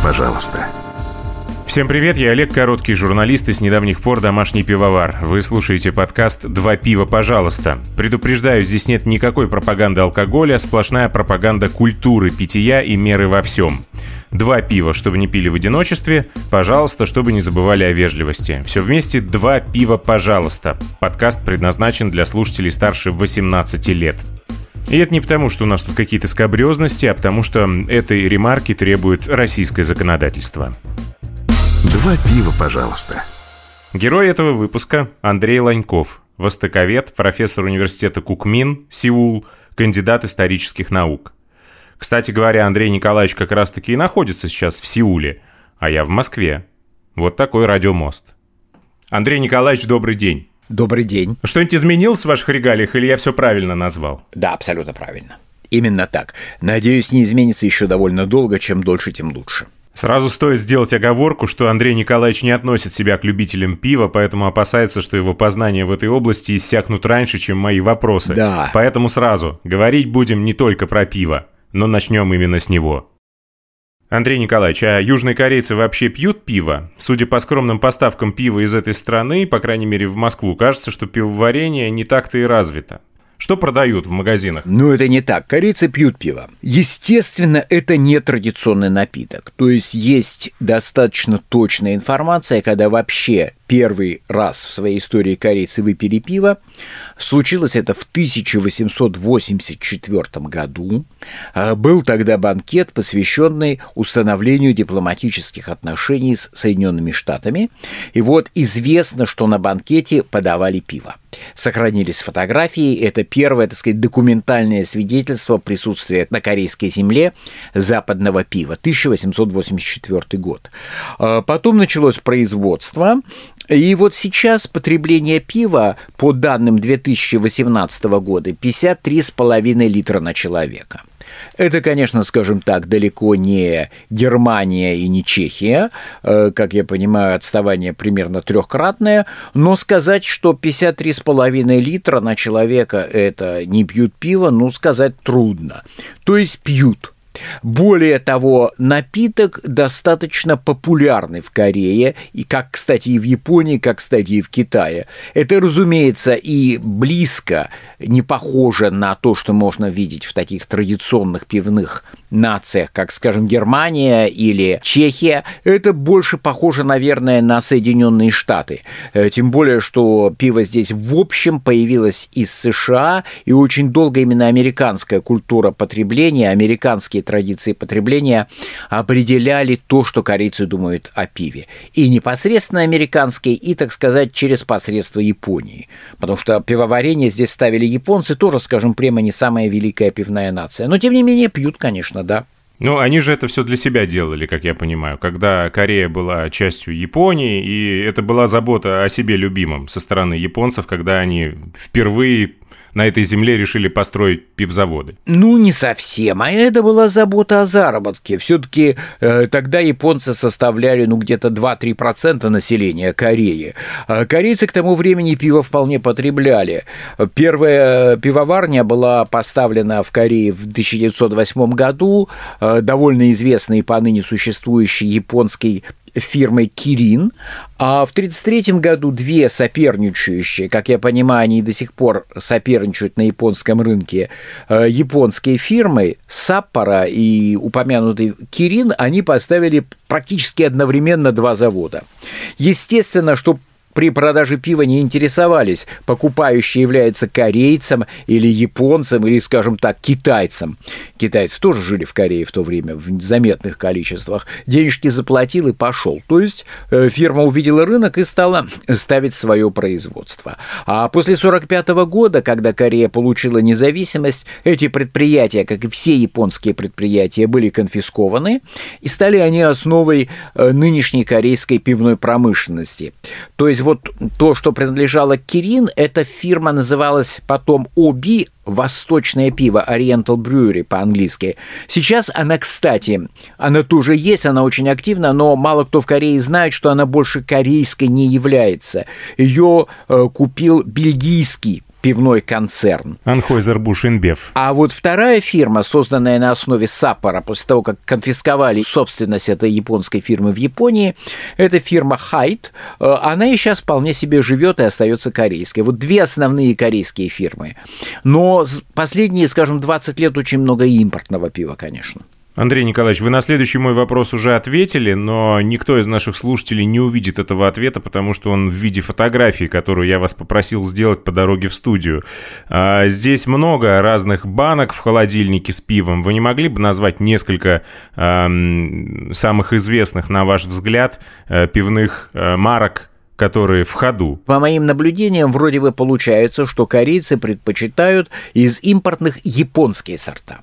пожалуйста». Всем привет, я Олег Короткий, журналист и с недавних пор домашний пивовар. Вы слушаете подкаст «Два пива, пожалуйста». Предупреждаю, здесь нет никакой пропаганды алкоголя, сплошная пропаганда культуры питья и меры во всем. Два пива, чтобы не пили в одиночестве, пожалуйста, чтобы не забывали о вежливости. Все вместе «Два пива, пожалуйста». Подкаст предназначен для слушателей старше 18 лет. И это не потому, что у нас тут какие-то скабрёзности, а потому что этой ремарки требует российское законодательство. «Два пива, пожалуйста». Герой этого выпуска – Андрей Ланьков, востоковед, профессор университета Кукмин, Сеул, кандидат исторических наук. Кстати говоря, Андрей Николаевич как раз-таки и находится сейчас в Сеуле, а я в Москве. Вот такой радиомост. Андрей Николаевич, добрый день. Добрый день. Что-нибудь изменилось в ваших регалиях, или я все правильно назвал? Да, абсолютно правильно. Именно так. Надеюсь, не изменится еще довольно долго, чем дольше, тем лучше. Сразу стоит сделать оговорку, что Андрей Николаевич не относит себя к любителям пива, поэтому опасается, что его познания в этой области иссякнут раньше, чем мои вопросы. Да. Поэтому сразу, говорить будем не только про пиво, но начнем именно с него. Андрей Николаевич, а южные корейцы вообще пьют пиво? Судя по скромным поставкам пива из этой страны, по крайней мере в Москву, кажется, что пивоварение не так-то и развито. Что продают в магазинах? Это не так. Корейцы пьют пиво. Естественно, это не традиционный напиток. То есть достаточно точная информация, когда вообще первый раз в своей истории корейцы выпили пиво. Случилось это в 1884 году. Был тогда банкет, посвященный установлению дипломатических отношений с Соединенными Штатами. И вот известно, что на банкете подавали пиво. Сохранились фотографии. Это первое, так сказать, документальное свидетельство присутствия на корейской земле западного пива. 1884 год. Потом началось производство. И вот сейчас потребление пива, по данным 2018 года, 53,5 литра на человека. Это, конечно, скажем так, далеко не Германия и не Чехия, как я понимаю, отставание примерно трехкратное, но сказать, что 53,5 литра на человека это не пьют пиво, сказать трудно. То есть пьют. Более того, напиток достаточно популярный в Корее, и как, кстати, и в Японии, как, кстати, и в Китае. Это, разумеется, и близко не похоже на то, что можно видеть в таких традиционных пивных нациях, как, скажем, Германия или Чехия. Это больше похоже, наверное, на Соединенные Штаты. Тем более, что пиво здесь в общем появилось из США, и очень долго именно американская культура потребления, американские традиции потребления определяли то, что корейцы думают о пиве. И непосредственно американские, и, так сказать, через посредство Японии. Потому что пивоварение здесь ставили японцы, тоже, скажем, прямо не самая великая пивная нация. Но, тем не менее, пьют, конечно, да. Они же это все для себя делали, как я понимаю, когда Корея была частью Японии, и это была забота о себе любимом со стороны японцев, когда они впервые на этой земле решили построить пивзаводы. Не совсем, а это была забота о заработке. Все-таки тогда японцы составляли где-то 2-3% населения Кореи. Корейцы к тому времени пиво вполне потребляли. Первая пивоварня была поставлена в Корее в 1908 году, довольно известной по ныне существующей японской фирмой «Кирин», а в 1933 году две соперничающие, как я понимаю, они до сих пор соперничают на японском рынке, японские фирмы «Саппоро» и упомянутый «Кирин», они поставили практически одновременно два завода. Естественно, что при продаже пива не интересовались, покупающий является корейцем или японцем, или, скажем так, китайцем. Китайцы тоже жили в Корее в то время в заметных количествах. Денежки заплатил и пошел. То есть фирма увидела рынок и стала ставить свое производство. А после 1945 года, когда Корея получила независимость, эти предприятия, как и все японские предприятия, были конфискованы, и стали они основой нынешней корейской пивной промышленности. То есть вот то, что принадлежало Кирин, эта фирма называлась потом Оби, восточное пиво, Oriental Brewery по-английски. Сейчас она, кстати, она тоже есть, она очень активна, но мало кто в Корее знает, что она больше корейской не является. Ее купил бельгийский пивной концерн. Anheuser-Busch InBev. А вот вторая фирма, созданная на основе Саппора, после того, как конфисковали собственность этой японской фирмы в Японии, это фирма Хайт. Она и сейчас вполне себе живет и остается корейской. Вот две основные корейские фирмы. Но последние, скажем, 20 лет очень много импортного пива, конечно. Андрей Николаевич, вы на следующий мой вопрос уже ответили, но никто из наших слушателей не увидит этого ответа, потому что он в виде фотографии, которую я вас попросил сделать по дороге в студию. Здесь много разных банок в холодильнике с пивом. Вы не могли бы назвать несколько самых известных, на ваш взгляд, пивных марок, которые в ходу? По моим наблюдениям, вроде бы получается, что корейцы предпочитают из импортных японские сорта.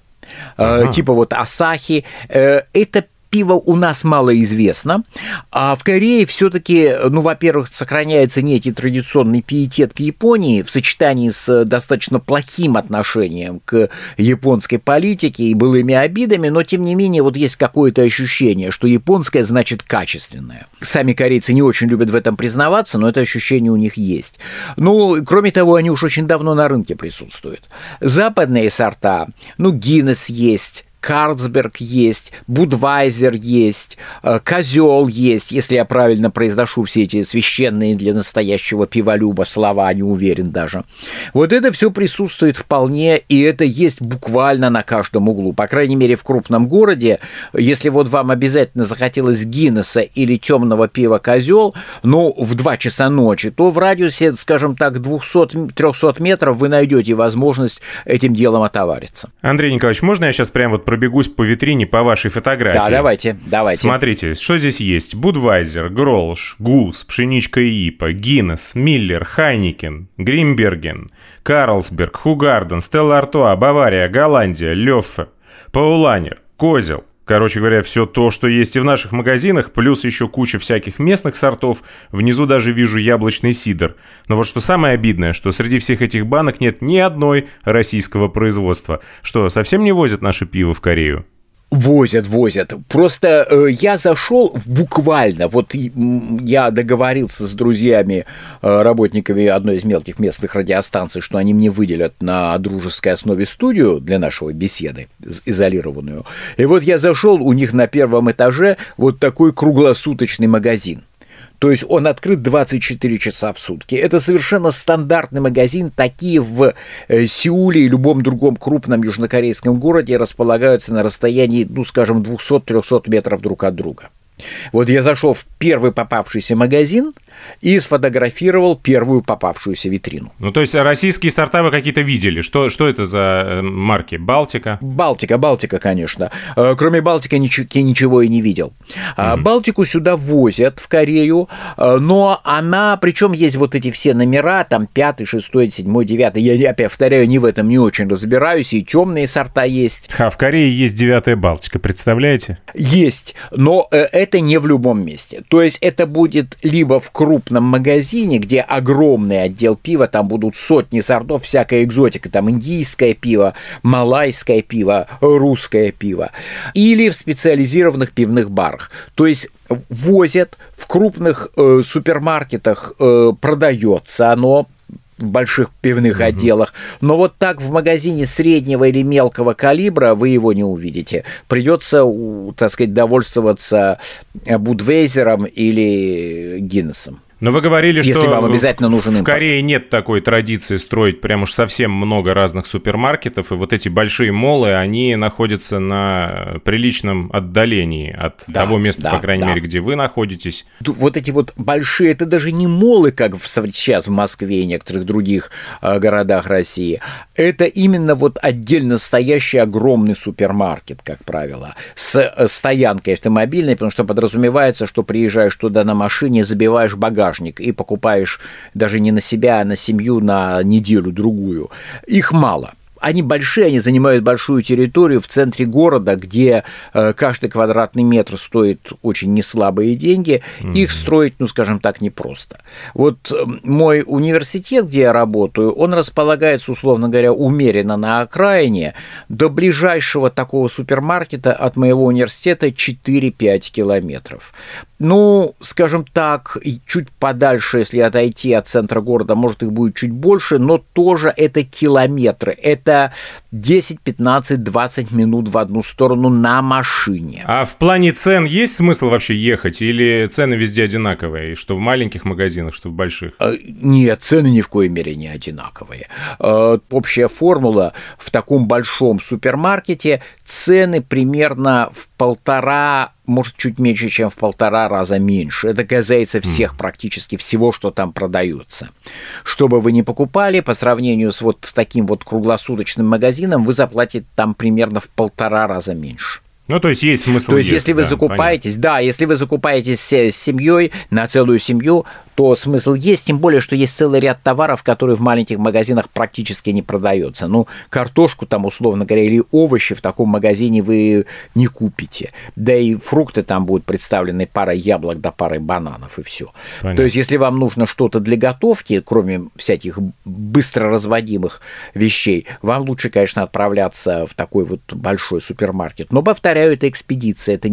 Типа вот Асахи. Это пиво у нас малоизвестно, а в Корее все-таки, во-первых, сохраняется некий традиционный пиетет к Японии в сочетании с достаточно плохим отношением к японской политике и былыми обидами, но, тем не менее, вот есть какое-то ощущение, что японское значит качественное. Сами корейцы не очень любят в этом признаваться, но это ощущение у них есть. Кроме того, они уж очень давно на рынке присутствуют. Западные сорта, Гиннес есть, Карлсберг есть, Будвайзер есть, Козел есть, если я правильно произношу все эти священные для настоящего пиволюба слова, не уверен даже. Вот это все присутствует вполне, и это есть буквально на каждом углу. По крайней мере, в крупном городе, если вот вам обязательно захотелось Гиннесса или темного пива Козел, в 2 часа ночи, то в радиусе, скажем так, 200-300 метров вы найдете возможность этим делом отовариться. Андрей Николаевич, можно я сейчас прям пробегусь по витрине по вашей фотографии? Да, давайте. Смотрите, что здесь есть? Будвайзер, Гролш, Гус, Пшеничка и Ипа, Гиннес, Миллер, Хайникен, Гримберген, Карлсберг, Хугарден, Стелла Артуа, Бавария, Голландия, Лёффе, Пауланер, Козел. Короче говоря, все то, что есть и в наших магазинах, плюс еще куча всяких местных сортов. Внизу даже вижу яблочный сидр. Но вот что самое обидное, что среди всех этих банок нет ни одной российского производства. Что, совсем не возят наше пиво в Корею? Возят. Просто я зашел буквально, вот я договорился с друзьями, работниками одной из мелких местных радиостанций, что они мне выделят на дружеской основе студию для нашей беседы, изолированную. И вот я зашел, у них на первом этаже вот такой круглосуточный магазин. То есть он открыт 24 часа в сутки. Это совершенно стандартный магазин. Такие в Сеуле и любом другом крупном южнокорейском городе располагаются на расстоянии, 200-300 метров друг от друга. Вот я зашел в первый попавшийся магазин и сфотографировал первую попавшуюся витрину. То есть российские сорта вы какие-то видели? Что это за марки? Балтика? Балтика, конечно. Кроме Балтики я ничего и не видел. Балтику сюда возят в Корею, но она, причем есть вот эти все номера, там 5, 6, 7, 9. Я опять повторяю, не в этом не очень разбираюсь, и темные сорта есть. В Корее есть 9-я Балтика, представляете? Есть, но это не в любом месте. То есть это будет либо в крупном магазине, где огромный отдел пива, там будут сотни сортов, всякая экзотика, там индийское пиво, малайское пиво, русское пиво, или в специализированных пивных барах. То есть возят в крупных супермаркетах, продается оно в больших пивных отделах, но вот так в магазине среднего или мелкого калибра вы его не увидите. Придется, так сказать, довольствоваться Будвейзером или Гиннесом. Но вы говорили, если что вам обязательно нужен в Корее нет такой традиции строить прям уж совсем много разных супермаркетов, и вот эти большие моллы, они находятся на приличном отдалении от того места, по крайней мере, где вы находитесь. Вот эти вот большие, это даже не моллы, как сейчас в Москве и некоторых других городах России, это именно вот отдельно стоящий огромный супермаркет, как правило, с стоянкой автомобильной, потому что подразумевается, что приезжаешь туда на машине, забиваешь багаж и покупаешь даже не на себя, а на семью на неделю-другую. Их мало. они большие, они занимают большую территорию в центре города, где каждый квадратный метр стоит очень неслабые деньги. Их строить, скажем так, непросто. Вот мой университет, где я работаю, он располагается, условно говоря, умеренно на окраине. До ближайшего такого супермаркета от моего университета 4-5 километров. Скажем так, чуть подальше, если отойти от центра города, может, их будет чуть больше, но тоже это километры. Это 10, 15, 20 минут в одну сторону на машине. А в плане цен есть смысл вообще ехать? Или цены везде одинаковые? Что в маленьких магазинах, что в больших? Нет, цены ни в коей мере не одинаковые. Общая формула: в таком большом супермаркете цены примерно в 1,5, может, чуть меньше, чем в 1,5 раза меньше. Это касается всех, практически всего, что там продается. Что бы вы ни покупали, по сравнению с вот таким вот круглосуточным магазином, вы заплатите там примерно в 1,5 раза меньше. То есть есть смысл. То есть, если вы закупаетесь, если вы закупаетесь с семьей, на целую семью, то смысл есть, тем более, что есть целый ряд товаров, которые в маленьких магазинах практически не продаются. Картошку там, условно говоря, или овощи в таком магазине вы не купите. Да и фрукты там будут представлены парой яблок да парой бананов, и все. То есть, если вам нужно что-то для готовки, кроме всяких быстро разводимых вещей, вам лучше, конечно, отправляться в такой вот большой супермаркет. Но, повторяю, это экспедиция. Это,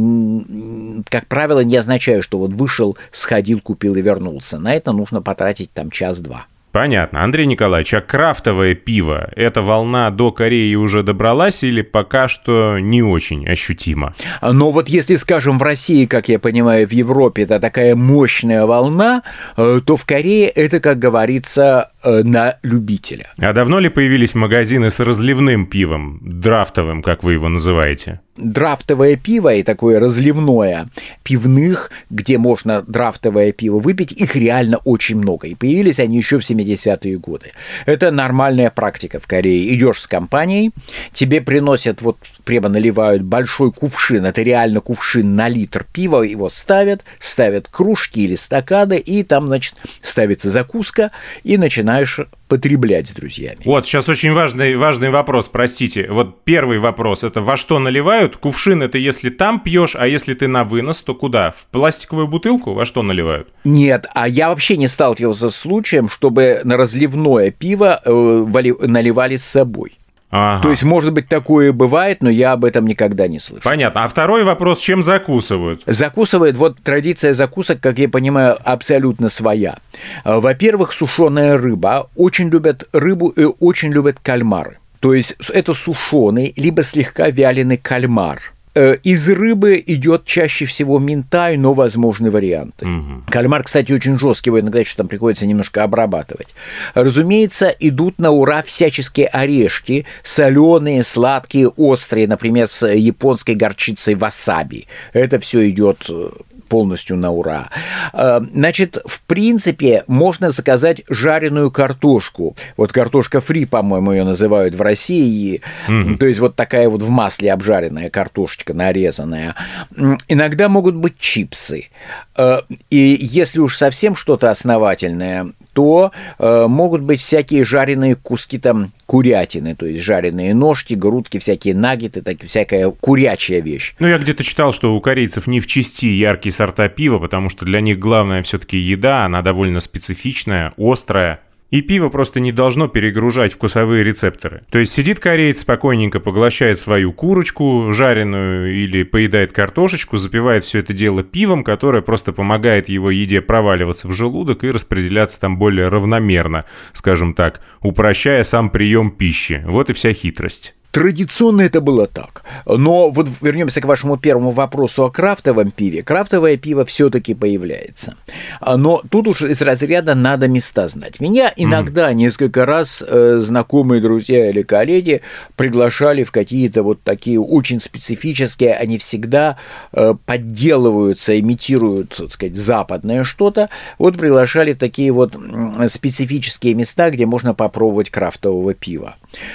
как правило, не означает, что вот вышел, сходил, купил и вернулся. На это нужно потратить там час-два. Понятно. Андрей Николаевич, а крафтовое пиво, эта волна до Кореи уже добралась или пока что не очень ощутима? Но вот если, скажем, в России, как я понимаю, в Европе это такая мощная волна, то в Корее это, как говорится, на любителя. А давно ли появились магазины с разливным пивом, драфтовым, как вы его называете? Драфтовое пиво и такое разливное пивных, где можно драфтовое пиво выпить, их реально очень много. И появились они еще в 70-е годы. Это нормальная практика в Корее. Идешь с компанией, тебе приносят, вот прямо наливают большой кувшин, это реально кувшин на литр пива, его ставят кружки или стаканы, и там, значит, ставится закуска, и начинаешь потреблять с друзьями. Вот, сейчас очень важный вопрос, простите. Вот первый вопрос, это во что наливают? Кувшин — это если там пьешь, а если ты на вынос, то куда? В пластиковую бутылку? Во что наливают? Нет, а я вообще не сталкивался с случаем, чтобы на разливное пиво наливали с собой. Ага. То есть, может быть, такое бывает, но я об этом никогда не слышал. Понятно. А второй вопрос, чем закусывают? Закусывают, вот традиция закусок, как я понимаю, абсолютно своя. Во-первых, сушеная рыба. Очень любят рыбу и очень любят кальмары. То есть, это сушеный, либо слегка вяленый кальмар. Из рыбы идет чаще всего минтай, но возможны варианты. Кальмар, кстати, очень жесткий, его иногда еще там приходится немножко обрабатывать. Разумеется, идут на ура всяческие орешки, соленые, сладкие, острые, например, с японской горчицей васаби. Это все идет полностью на ура. Значит, в принципе, можно заказать жареную картошку. Вот картошка фри, по-моему, ее называют в России. То есть вот такая вот в масле обжаренная картошечка, нарезанная. Иногда могут быть чипсы. И если уж совсем что-то основательное, то могут быть всякие жареные куски там курятины, то есть жареные ножки, грудки, всякие наггеты, всякая курячая вещь. Я где-то читал, что у корейцев не в чести яркие сорта пива, потому что для них главное все-таки еда, она довольно специфичная, острая. И пиво просто не должно перегружать вкусовые рецепторы. То есть сидит кореец, спокойненько поглощает свою курочку жареную или поедает картошечку, запивает все это дело пивом, которое просто помогает его еде проваливаться в желудок и распределяться там более равномерно, скажем так, упрощая сам прием пищи. Вот и вся хитрость. Традиционно это было так. Но вот вернемся к вашему первому вопросу о крафтовом пиве. Крафтовое пиво все-таки появляется. Но тут уж из разряда надо места знать. Меня иногда несколько раз знакомые друзья или коллеги приглашали в какие-то вот такие очень специфические, они всегда подделываются, имитируют, так сказать, западное что-то. Вот приглашали в такие вот специфические места, где можно попробовать крафтового пива.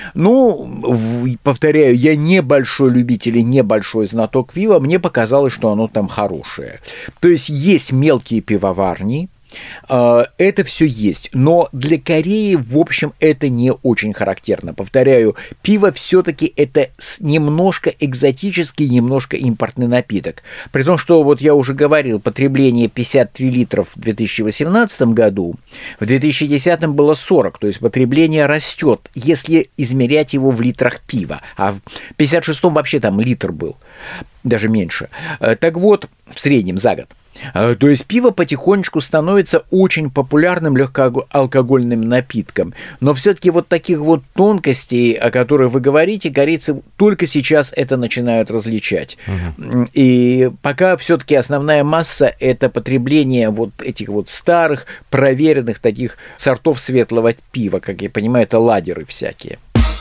Повторяю, я не большой любитель и не большой знаток пива, мне показалось, что оно там хорошее. То есть мелкие пивоварни, Это все есть. Но для Кореи, в общем, это не очень характерно. Повторяю, пиво все-таки это немножко экзотический, немножко импортный напиток. При том, что, вот я уже говорил, потребление 53 литров в 2018 году, в 2010 было 40, то есть потребление растет, если измерять его в литрах пива. А в 56 вообще там литр был, даже меньше. Так вот, в среднем за год. То есть пиво потихонечку становится очень популярным легкоалкогольным напитком. Но все-таки вот таких вот тонкостей, о которых вы говорите, корейцы только сейчас это начинают различать. И пока все-таки основная масса – это потребление вот этих вот старых, проверенных таких сортов светлого пива. Как я понимаю, это ладеры всякие.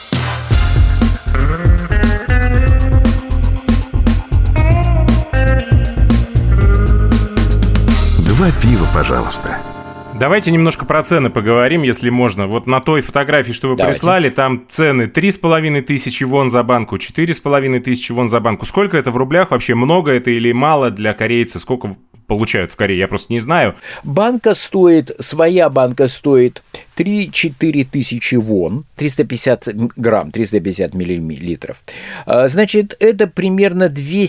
Два пива, пожалуйста. Давайте немножко про цены поговорим, если можно. Вот на той фотографии, что вы прислали, там цены 3500 вон за банку, 4500 вон за банку. Сколько это в рублях? Вообще много это или мало для корейца? Сколько получают в Корее? Я просто не знаю. Своя банка стоит 3-4 тысячи вон, 350 грамм, 350 миллилитров. Значит, это примерно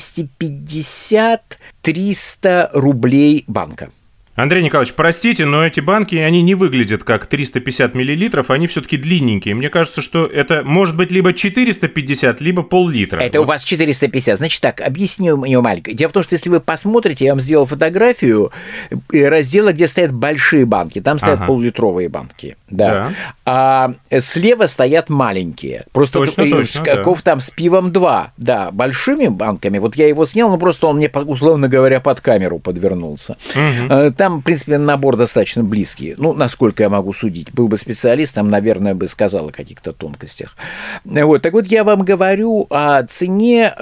250-300 рублей банка. Андрей Николаевич, простите, но эти банки, они не выглядят как 350 миллилитров, они все-таки длинненькие. Мне кажется, что это может быть либо 450, либо пол-литра. Это у вас 450. Значит так, объясню ее маленько. Дело в том, что если вы посмотрите, я вам сделал фотографию раздела, где стоят большие банки. Там стоят пол-литровые банки. Да. А слева стоят маленькие. Просто точно, каков там с пивом 2. Да, большими банками. Вот я его снял, но просто он мне, условно говоря, под камеру подвернулся. Там, в принципе, набор достаточно близкий. Ну, насколько я могу судить. Был бы специалистом, наверное, бы сказал о каких-то тонкостях. Вот. Так вот, я вам говорю о цене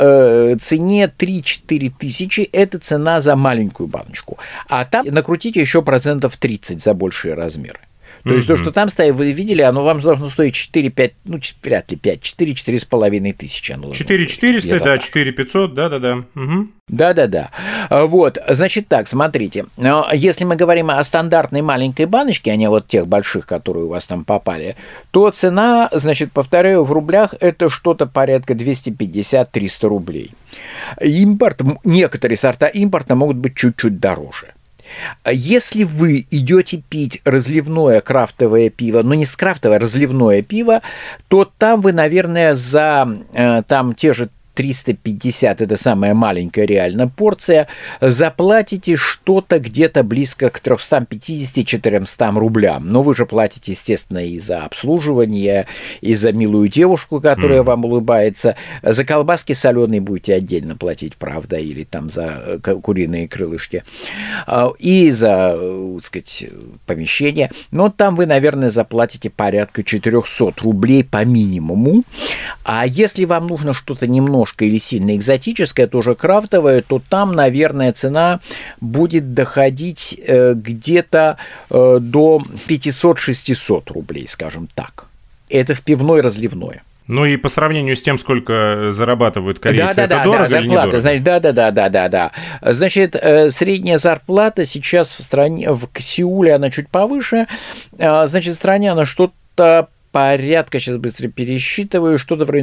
3-4 тысячи. Это цена за маленькую баночку. А там накрутите еще 30% за большие размеры. То есть то, что там стоит, вы видели, оно вам должно стоить 4-5, ну, вряд ли 5, 4-4,5 тысячи. 4-400, да, 4-500, да-да-да. Да-да-да. Вот, значит так, смотрите. Если мы говорим о стандартной маленькой баночке, а не вот тех больших, которые у вас там попали, то цена, значит, повторяю, в рублях это что-то порядка 250-300 рублей. Некоторые сорта импорта могут быть чуть-чуть дороже. Если вы идете пить разливное крафтовое пиво, но не с крафтовое, а разливное пиво, то там вы, наверное, за там те же 350, это самая маленькая реально порция, заплатите что-то где-то близко к 350-400 рублям. Но вы же платите, естественно, и за обслуживание, и за милую девушку, которая вам улыбается. За колбаски соленые будете отдельно платить, правда, или там за куриные крылышки. И за, так сказать, помещение. Но там вы, наверное, заплатите порядка 400 рублей по минимуму. А если вам нужно что-то немножко или сильно экзотическое, тоже крафтовое, то там, наверное, цена будет доходить где-то до 500-600 рублей, скажем так. Это в пивной разливное. Ну и по сравнению с тем, сколько зарабатывают корейцы, это дорого или недорого? Значит, да. Значит, средняя зарплата сейчас в стране, в Сеуле она чуть повыше, значит, в стране она что-то порядка, сейчас быстро пересчитываю, что-то в районе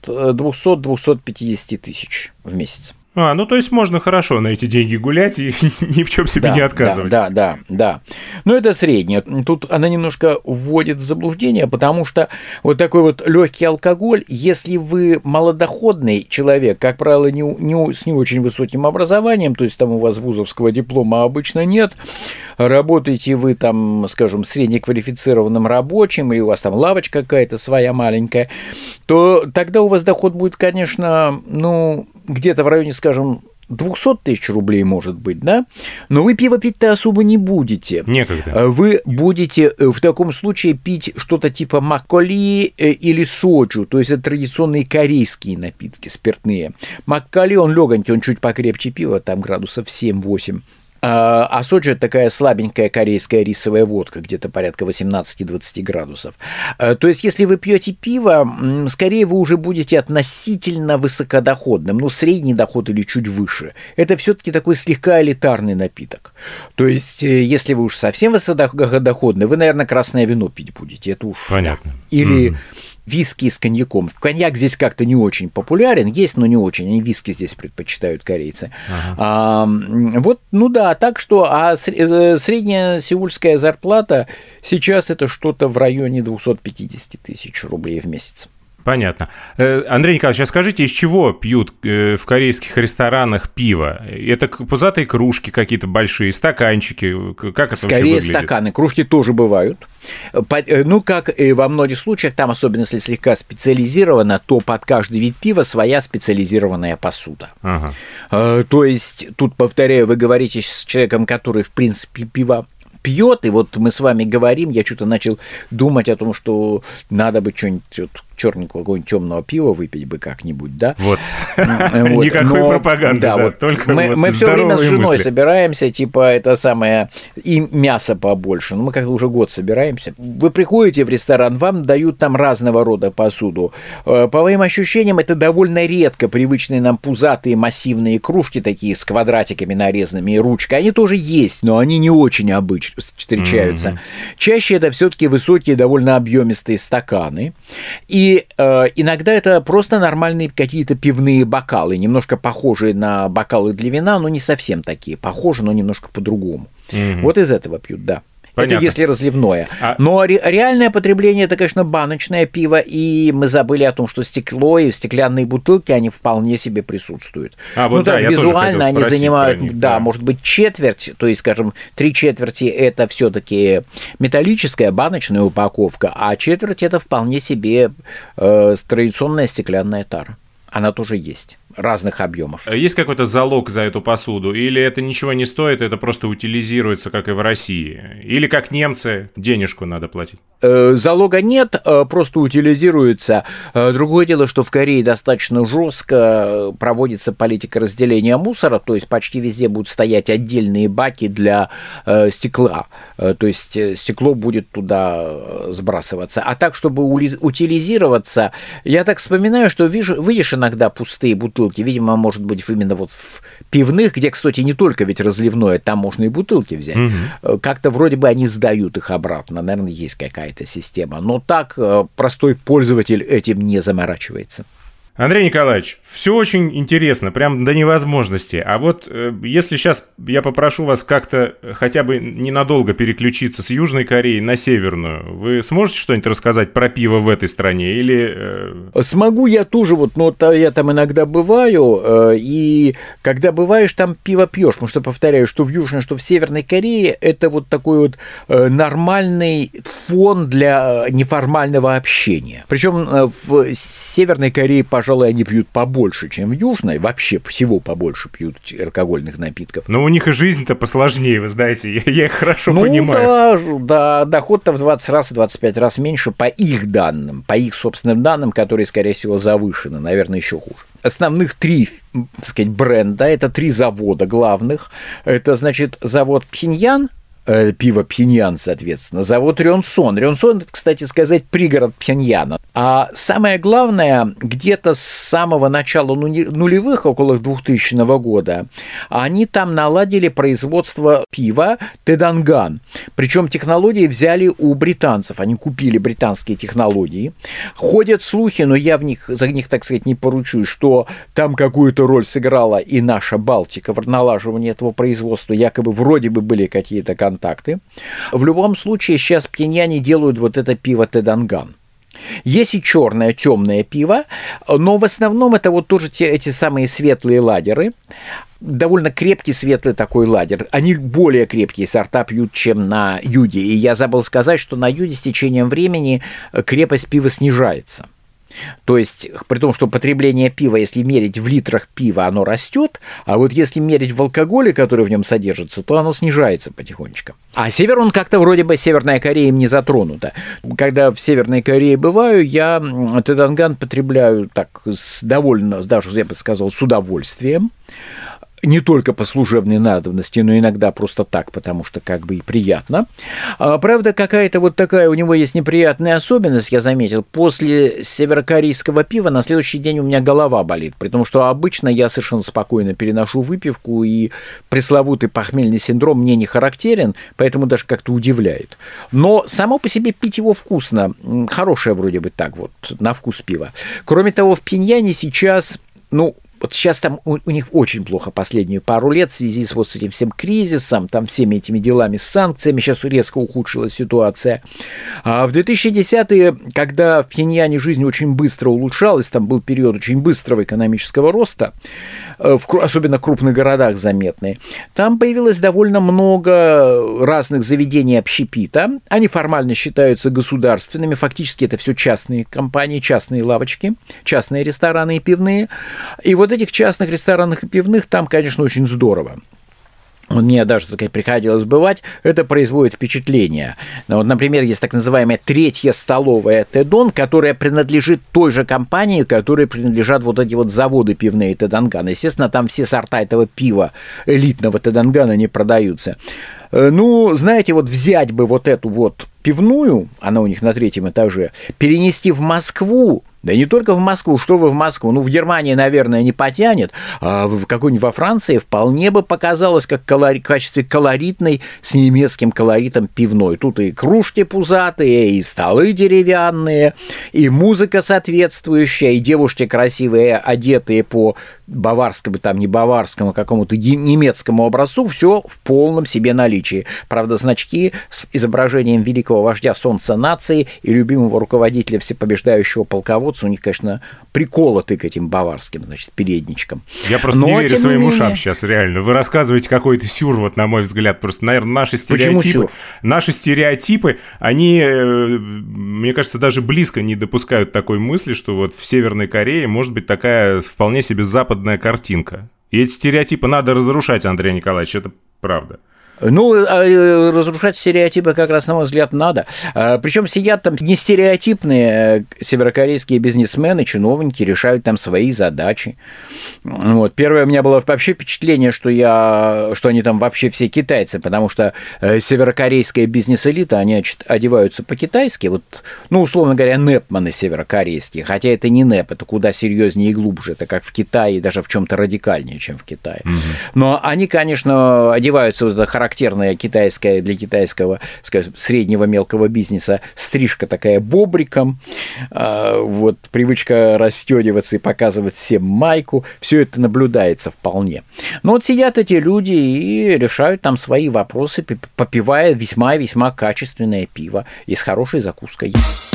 200-250 тысяч в месяц. Ну то есть можно хорошо на эти деньги гулять и ни в чем себе не отказывать. Да. Но это среднее. Тут она немножко вводит в заблуждение, потому что вот такой вот легкий алкоголь, если вы малодоходный человек, как правило, с не очень высоким образованием, то есть там у вас вузовского диплома обычно нет, работаете вы там, скажем, среднеквалифицированным рабочим, или у вас там лавочка какая-то своя маленькая, то тогда у вас доход будет, конечно, где-то в районе, скажем, 200 тысяч рублей, может быть, да? Но вы пиво пить-то особо не будете. Некогда. Вы будете в таком случае пить что-то типа макколи или соджу, то есть это традиционные корейские напитки, спиртные. Макколи, он легонький, он чуть покрепче пива, там градусов 7-8. А соджу – это такая слабенькая корейская рисовая водка, где-то порядка 18-20 градусов. То есть, если вы пьете пиво, скорее вы уже будете относительно высокодоходным, ну, средний доход или чуть выше. Это все-таки такой слегка элитарный напиток. То есть, если вы уж совсем высокодоходный, вы, наверное, красное вино пить будете. Это уж понятно. Или виски с коньяком. Коньяк здесь как-то не очень популярен, есть, но не очень. Они виски здесь предпочитают корейцы. Вот, ну да, так что, средняя сеульская зарплата сейчас это что-то в районе 250 тысяч рублей в месяц. Понятно. Андрей Николаевич, а скажите, из чего пьют в корейских ресторанах пиво? Это пузатые кружки какие-то большие, стаканчики? Как это Скорее вообще выглядит? Стаканы. Кружки тоже бывают. Ну, как и во многих случаях, там, особенно если слегка специализировано, то под каждый вид пива своя специализированная посуда. Ага. То есть, тут, повторяю, вы говорите с человеком, который, в принципе, пиво пьет, и вот мы с вами говорим, я что-то начал думать о том, что надо бы что-нибудь черненького, какого-нибудь темного пива выпить бы как-нибудь, да? Вот. Никакой пропаганды, да, только мы все время с женой собираемся, типа, это самое, и мясо побольше, ну, мы как-то уже год собираемся. Вы приходите в ресторан, вам дают там разного рода посуду. По моим ощущениям, это довольно редко привычные нам пузатые массивные кружки, такие с квадратиками нарезанными и ручкой, они тоже есть, но они не очень обычно встречаются. Чаще это все-таки высокие, довольно объемистые стаканы, и иногда это просто нормальные какие-то пивные бокалы, немножко похожие на бокалы для вина, но не совсем такие, похожи, но немножко по-другому. Вот из этого пьют, да. Понятно. Это если разливное. Но реальное потребление – это, конечно, баночное пиво, и мы забыли о том, что стекло и стеклянные бутылки, они вполне себе присутствуют. Вот да, я визуально тоже они занимают, них, да, может быть, четверть, то есть, скажем, 3/4 – это все-таки металлическая баночная упаковка, а четверть – это вполне себе традиционная стеклянная тара. Она тоже есть. Разных объемов. Есть какой-то залог за эту посуду? Или это ничего не стоит, это просто утилизируется, как и в России? Или как немцы, денежку надо платить? Залога нет, просто утилизируется. Другое дело, что в Корее достаточно жестко проводится политика разделения мусора, то есть почти везде будут стоять отдельные баки для стекла, то есть стекло будет туда сбрасываться. А так, чтобы утилизироваться, я так вспоминаю, что видишь иногда пустые бутылки, видимо, может быть, именно вот в пивных, где, кстати, не только ведь разливное, там можно и бутылки взять. Как-то вроде бы они сдают их обратно, наверное, есть какая-то система. Но так простой пользователь этим не заморачивается. Андрей Николаевич, все очень интересно, прям до невозможности. А вот если сейчас я попрошу вас как-то хотя бы ненадолго переключиться с Южной Кореи на Северную, вы сможете что-нибудь рассказать про пиво в этой стране? Или... Смогу я тоже, вот, но я там иногда бываю, и когда бываешь, там пиво пьешь, потому что, повторяю, что в Южной, что в Северной Корее, это вот такой вот нормальный фон для неформального общения. Причем в Северной Корее, пожалуй, они пьют побольше, чем в Южной, вообще всего побольше пьют алкогольных напитков. Но у них и жизнь-то посложнее, вы знаете, я их хорошо понимаю. Да, доход-то в 20 раз, 25 раз меньше по их данным, по их собственным данным, которые, скорее всего, завышены, наверное, еще хуже. Основных 3, так сказать, бренда, это 3 завода главных, это, значит, завод Пхеньян, пиво Пхеньян, соответственно, завод Рёнсон. Рёнсон – это, кстати сказать, пригород Пхеньяна. А самое главное, где-то с самого начала нулевых, около 2000 года, они там наладили производство пива Тэданган. Причем технологии взяли у британцев. Они купили британские технологии. Ходят слухи, но я за них, так сказать, не поручусь, что там какую-то роль сыграла и наша Балтика в налаживании этого производства. Якобы вроде бы были какие-то контакты. В любом случае, сейчас пхеньяне делают вот это пиво Тэданган. Есть и черное, темное пиво, но в основном это вот тоже эти самые светлые лагеры. Довольно крепкий светлый такой лагерь. Они более крепкие сорта пьют, чем на юге. И я забыл сказать, что на юге с течением времени крепость пива снижается. То есть, при том, что потребление пива, если мерить в литрах пива, оно растет, а вот если мерить в алкоголе, который в нем содержится, то оно снижается потихонечку. А север, он как-то вроде бы Северная Корея им не затронута. Когда в Северной Корее бываю, я Тэданган потребляю так довольно, даже я бы сказал, с удовольствием. не только по служебной надобности, но иногда просто так, потому что как бы и приятно. Правда, какая-то вот такая у него есть неприятная особенность, я заметил. После северокорейского пива на следующий день у меня голова болит, потому что обычно я совершенно спокойно переношу выпивку, и пресловутый похмельный синдром мне не характерен, поэтому даже как-то удивляет. Но само по себе пить его вкусно, хорошее вроде бы так вот, на вкус пива. Кроме того, в Пхеньяне сейчас, вот сейчас там у них очень плохо последние пару лет в связи с вот этим всем кризисом, там всеми этими делами с санкциями, сейчас резко ухудшилась ситуация. А в 2010-е, когда в Пхеньяне жизнь очень быстро улучшалась, там был период очень быстрого экономического роста, особенно в крупных городах заметные, там появилось довольно много разных заведений общепита. Они формально считаются государственными, фактически это все частные компании, частные лавочки, частные рестораны и пивные. И вот этих частных ресторанах и пивных там, конечно, очень здорово. Мне даже, так сказать, приходилось бывать, это производит впечатление. Вот, например, есть так называемая третья столовая Тэдон, которая принадлежит той же компании, которой принадлежат вот эти вот заводы пивные Тэдонгана. Естественно, там все сорта этого пива элитного Тэдонгана не продаются. Знаете, вот взять бы вот эту вот пивную, она у них на 3-м этаже, перенести в Москву, да не только в Москву, что вы в Москву, в Германии, наверное, не потянет, а в какой-нибудь во Франции вполне бы показалось как в качестве колоритной с немецким колоритом пивной. Тут и кружки пузатые, и столы деревянные, и музыка соответствующая, и девушки красивые, одетые по баварскому, там не баварскому, какому-то немецкому образцу, все в полном себе наличии. Правда, значки с изображением великого вождя солнца нации и любимого руководителя всепобеждающего полководца у них, конечно, приколоты к этим баварским, значит, передничкам. Я просто не верю своим ушам сейчас, реально. Вы рассказываете какой-то сюр, вот, на мой взгляд. Просто, наверное, наши стереотипы, они, мне кажется, даже близко не допускают такой мысли, что вот в Северной Корее может быть такая вполне себе западная картинка. И эти стереотипы надо разрушать, Андрей Николаевич, это правда. Разрушать стереотипы как раз, на мой взгляд, надо. Причем сидят там не стереотипные северокорейские бизнесмены, чиновники, решают там свои задачи. Вот. Первое у меня было вообще впечатление, что они там вообще все китайцы, потому что северокорейская бизнес-элита, они одеваются по-китайски, вот, условно говоря, непманы северокорейские, хотя это не неп, это куда серьезнее и глубже, это как в Китае, даже в чем-то радикальнее, чем в Китае. Но они, конечно, одеваются вот это характерная китайская для китайского, скажем, среднего мелкого бизнеса стрижка такая бобриком, вот привычка расстёгиваться и показывать всем майку, все это наблюдается вполне. Но вот сидят эти люди и решают там свои вопросы, попивая весьма-весьма качественное пиво и с хорошей закуской.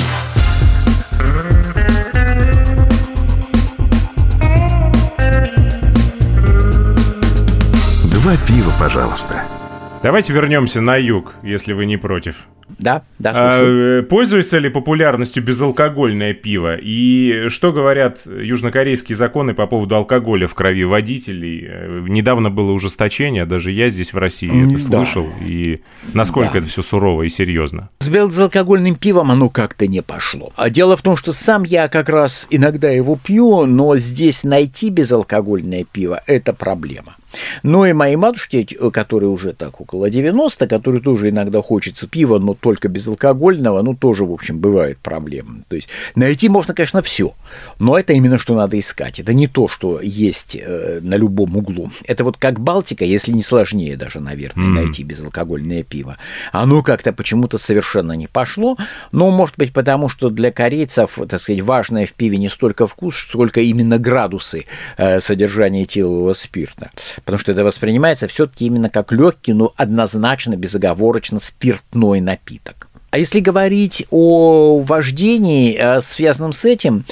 Два пива, пожалуйста. Давайте вернемся на юг, если вы не против. Да, слушаю. Пользуется ли популярностью безалкогольное пиво? И что говорят южнокорейские законы по поводу алкоголя в крови водителей? Недавно было ужесточение, даже я здесь в России это слышал. И насколько это все сурово и серьезно? С безалкогольным пивом оно как-то не пошло. А дело в том, что сам я как раз иногда его пью, но здесь найти безалкогольное пиво – это проблема. Но и моей матушке, которой уже так около 90, которой тоже иногда хочется пива, но только безалкогольного, тоже, в общем, бывают проблемы. То есть найти можно, конечно, все, но это именно что надо искать. Это не то, что есть на любом углу. Это вот как Балтика, если не сложнее даже, наверное, найти безалкогольное пиво. Оно как-то почему-то совершенно не пошло, но, может быть, потому что для корейцев, так сказать, важное в пиве не столько вкус, сколько именно градусы содержания этилового спирта. Потому что это воспринимается все-таки именно как легкий, но однозначно, безоговорочно спиртной напиток. А если говорить о вождении, связанном с этим,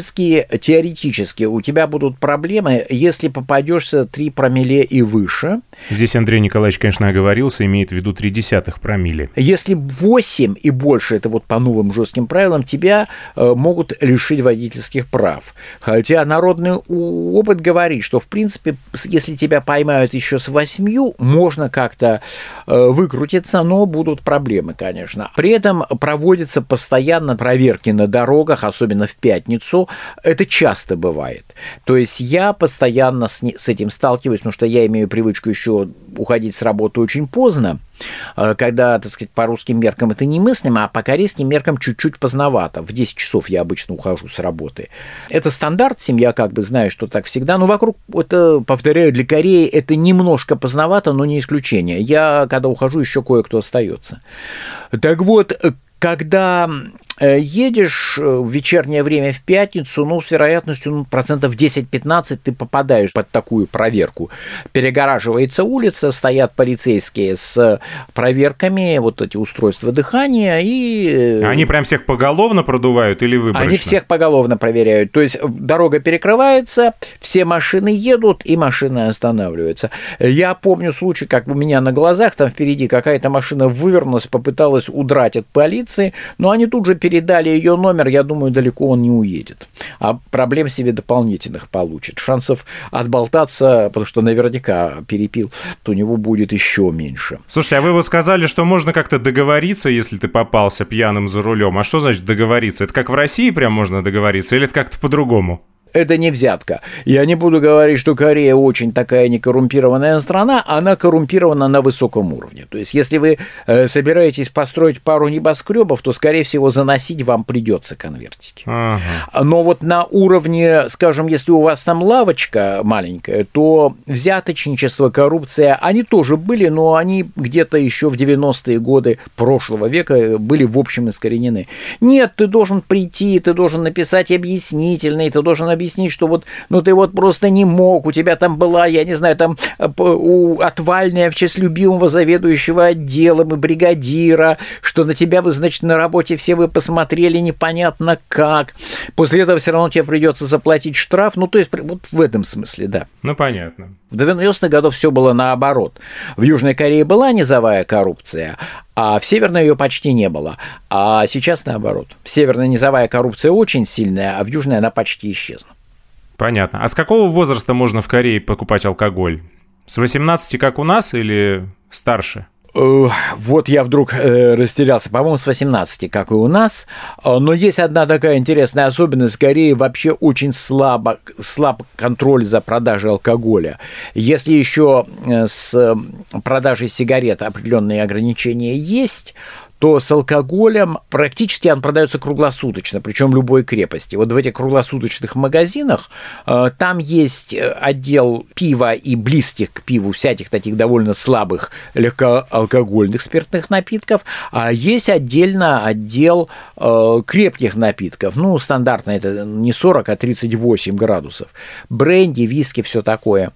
теоретически у тебя будут проблемы, если попадешься 3 промилле и выше, Здесь Андрей Николаевич, конечно, оговорился, имеет в виду 0,3 промилле. Если 8 и больше, это вот по новым жестким правилам, тебя могут лишить водительских прав. Хотя народный опыт говорит, что, в принципе, если тебя поймают еще с 8, можно как-то выкрутиться, но будут проблемы, конечно. При этом проводятся постоянно проверки на дорогах, особенно в пятницу. Это часто бывает. То есть я постоянно с этим сталкиваюсь, потому что я имею привычку еще уходить с работы очень поздно, когда, так сказать, по русским меркам это немыслимо, а по корейским меркам чуть-чуть поздновато. В 10 часов я обычно ухожу с работы. Это стандарт, семья как бы знает, что так всегда, но вокруг, это, повторяю, для Кореи это немножко поздновато, но не исключение. Я, когда ухожу, еще кое-кто остается. Так вот, когда едешь в вечернее время в пятницу, с вероятностью 10-15% ты попадаешь под такую проверку. Перегораживается улица, стоят полицейские с проверками, вот эти устройства дыхания, и... Они прям всех поголовно продувают или выборочно? Они всех поголовно проверяют. То есть дорога перекрывается, все машины едут, и машины останавливаются. Я помню случай, как у меня на глазах, там впереди какая-то машина вывернулась, попыталась удрать от полиции, но они тут же передали ее номер, я думаю, далеко он не уедет. А проблем себе дополнительных получит. Шансов отболтаться, потому что наверняка перепил, то у него будет еще меньше. Слушайте, а вы вот сказали, что можно как-то договориться, если ты попался пьяным за рулем. А что значит договориться? Это как в России прям можно договориться или это как-то по-другому? Это не взятка. Я не буду говорить, что Корея очень такая некоррумпированная страна, она коррумпирована на высоком уровне. То есть, если вы собираетесь построить пару небоскребов, то, скорее всего, заносить вам придется конвертики. Ага. Но вот на уровне, скажем, если у вас там лавочка маленькая, то взяточничество, коррупция, они тоже были, но они где-то еще в 90-е годы прошлого века были в общем искоренены. Нет, ты должен прийти, ты должен написать объяснительный, ты должен объяснить, что вот, ты вот просто не мог, у тебя там была, я не знаю, там отвальная в честь любимого заведующего отделом и бригадира, что на тебя бы, значит, на работе все вы посмотрели непонятно как. После этого все равно тебе придется заплатить штраф, то есть вот в этом смысле, да. Понятно. В 90-х годах все было наоборот. В Южной Корее была низовая коррупция, а в Северной ее почти не было. А сейчас наоборот. В Северной низовая коррупция очень сильная, а в Южной она почти исчезла. Понятно. А с какого возраста можно в Корее покупать алкоголь? С 18, как у нас, или старше? Вот я вдруг растерялся. По-моему, с 18, как и у нас. Но есть одна такая интересная особенность. В Корее вообще очень слаб контроль за продажей алкоголя. Если еще с продажей сигарет определенные ограничения есть, то с алкоголем практически он продается круглосуточно, причем любой крепости. Вот в этих круглосуточных магазинах там есть отдел пива и близких к пиву всяких таких довольно слабых легкоалкогольных спиртных напитков, а есть отдельно отдел крепких напитков. Стандартно это не 40, а 38 градусов. Бренди, виски, все такое.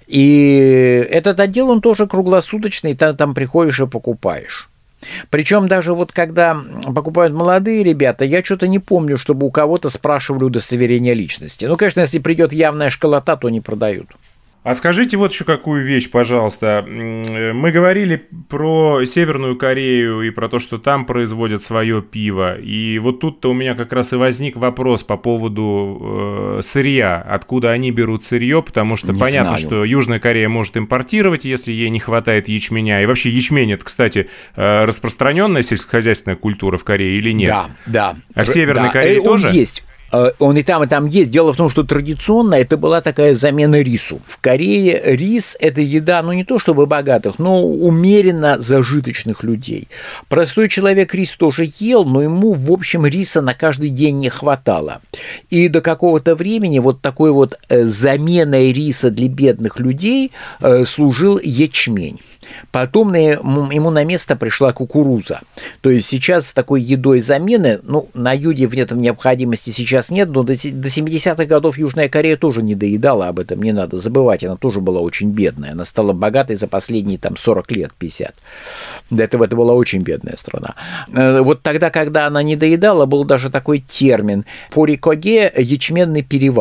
И этот отдел, он тоже круглосуточный, там приходишь и покупаешь. Причем даже вот когда покупают молодые ребята, я что-то не помню, чтобы у кого-то спрашивали удостоверение личности. Конечно, если придет явная школота, то не продают. А скажите вот еще какую вещь, пожалуйста. Мы говорили про Северную Корею и про то, что там производят свое пиво. И вот тут-то у меня как раз и возник вопрос по поводу сырья. Откуда они берут сырье? Потому что понятно, что Южная Корея может импортировать, если ей не хватает ячменя. И вообще ячмень – это, кстати, распространенная сельскохозяйственная культура в Корее или нет? Да. А в Северной Корее тоже? Он есть. Он и там есть. Дело в том, что традиционно это была такая замена рису. В Корее рис – это еда, не то чтобы богатых, но умеренно зажиточных людей. Простой человек рис тоже ел, но ему, в общем, риса на каждый день не хватало. И до какого-то времени вот такой вот заменой риса для бедных людей служил ячмень. Потом ему на место пришла кукуруза. То есть сейчас с такой едой замены, на юге в этом необходимости сейчас нет, но до 70-х годов Южная Корея тоже не доедала, об этом не надо забывать, она тоже была очень бедная, она стала богатой за последние 40 лет, 50. До этого это была очень бедная страна. Вот тогда, когда она не доедала, был даже такой термин порикоге – ячменный перевал.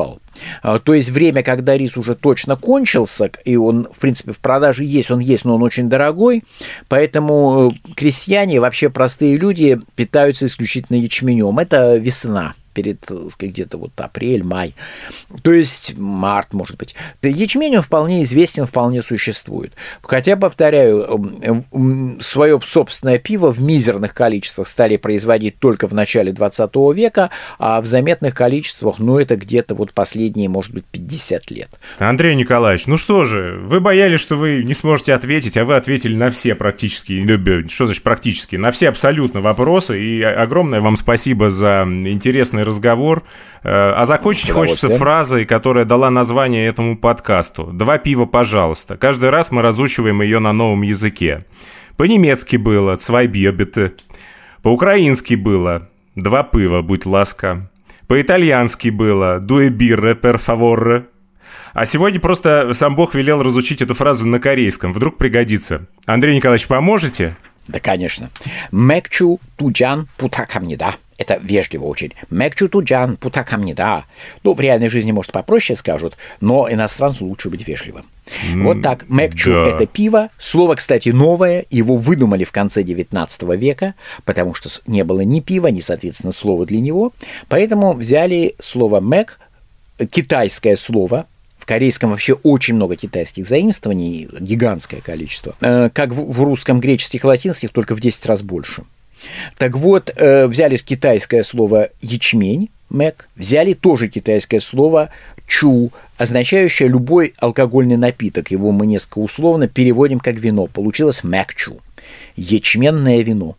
То есть время, когда рис уже точно кончился, и он, в принципе, в продаже есть, но он очень дорогой, поэтому крестьяне, вообще простые люди, питаются исключительно ячменем. Это весна. Перед, где-то вот апрель, май, то есть март, может быть. Ячмень, он вполне известен, вполне существует. Хотя, повторяю, свое собственное пиво в мизерных количествах стали производить только в начале 20 века, а в заметных количествах, это где-то вот последние, может быть, 50 лет. Андрей Николаевич, ну что же, вы боялись, что вы не сможете ответить, а вы ответили на все практически, что значит практически, на все абсолютно вопросы, и огромное вам спасибо за интересный разговор. А закончить хочется фразой, которая дала название этому подкасту. «Два пива, пожалуйста». Каждый раз мы разучиваем ее на новом языке. По-немецки было «zwei Bier bitte». По-украински было «два пива, будь ласка». По-итальянски было «due birre per favore». А сегодня просто сам Бог велел разучить эту фразу на корейском. Вдруг пригодится. Андрей Николаевич, поможете? Да, конечно. «Мэкчу туджан путакамнида». Это вежливо очень. «Мэкчу туджан путакамнида». В реальной жизни, может, попроще скажут, но иностранцу лучше быть вежливым. Вот так. «Мэкчу» да. Это пиво. Слово, кстати, новое. Его выдумали в конце 19 века, потому что не было ни пива, ни, соответственно, слова для него. Поэтому взяли слово «мэк», китайское слово. В корейском вообще очень много китайских заимствований, гигантское количество. Как в русском, греческих, латинских, только в 10 раз больше. Так вот, взяли китайское слово «ячмень», «мэк», взяли тоже китайское слово «чу», означающее любой алкогольный напиток. Его мы несколько условно переводим как вино. Получилось «мэкчу», ячменное вино.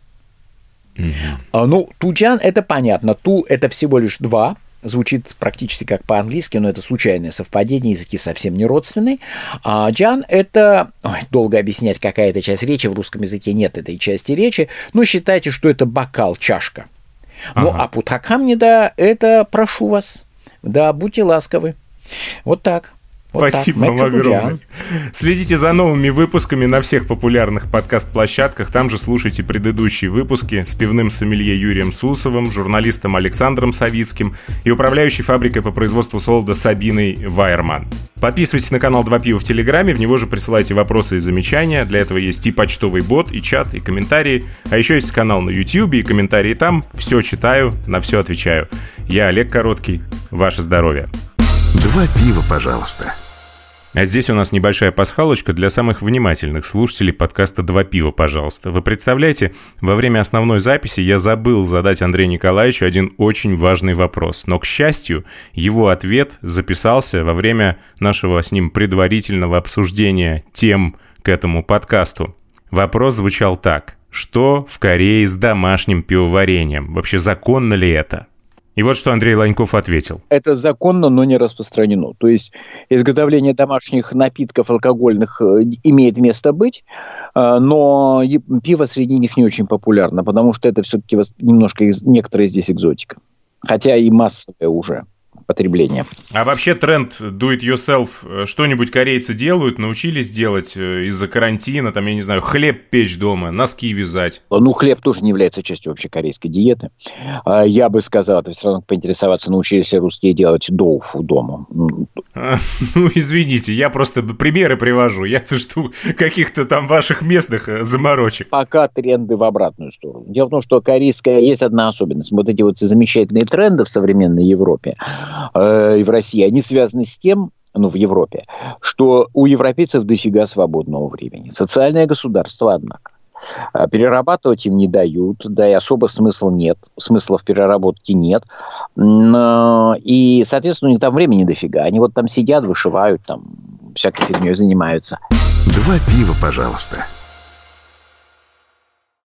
Туджан – это понятно. Ту – это всего лишь два. Звучит практически как по-английски, но это случайное совпадение, языки совсем не родственные. А джан – это… долго объяснять, какая это часть речи, в русском языке нет этой части речи, но считайте, что это бокал, чашка. А путакамнида – это прошу вас, да, будьте ласковы. Вот так. Спасибо вам огромное. Следите за новыми выпусками на всех популярных подкаст-площадках. Там же слушайте предыдущие выпуски с пивным сомелье Юрием Сусовым, журналистом Александром Савицким и управляющей фабрикой по производству солода Сабиной Вайерман. Подписывайтесь на канал «Два пива» в Телеграме, в него же присылайте вопросы и замечания. Для этого есть и почтовый бот, и чат, и комментарии. А еще есть канал на Ютьюбе, и комментарии там. Все читаю, на все отвечаю. Я Олег Короткий. Ваше здоровье. Два пива, пожалуйста. А здесь у нас небольшая пасхалочка для самых внимательных слушателей подкаста «Два пива, пожалуйста». Вы представляете, во время основной записи я забыл задать Андрею Николаевичу один очень важный вопрос. Но, к счастью, его ответ записался во время нашего с ним предварительного обсуждения тем к этому подкасту. Вопрос звучал так. Что в Корее с домашним пивоварением? Вообще законно ли это? И вот что Андрей Ланьков ответил. Это законно, но не распространено. То есть изготовление домашних напитков алкогольных имеет место быть, но пиво среди них не очень популярно, потому что это все-таки немножко некоторая здесь экзотика. Хотя и массовое уже потребления. А вообще тренд do it yourself, что-нибудь корейцы делают, научились делать из-за карантина, там, я не знаю, хлеб печь дома, носки вязать? Хлеб тоже не является частью вообще корейской диеты. Я бы сказал, это все равно поинтересоваться, научились ли русские делать доуфу дома. Извините, я просто примеры привожу, я-то жду каких-то там ваших местных заморочек. Пока тренды в обратную сторону. Дело в том, что корейская есть одна особенность. Вот эти вот замечательные тренды в современной Европе и в России, они связаны с тем, в Европе, что у европейцев дофига свободного времени. Социальное государство, однако. Перерабатывать им не дают, да и особо смысла в переработке нет. И, соответственно, у них там времени дофига. Они вот там сидят, вышивают, там всякой фигней занимаются. Два пива, пожалуйста.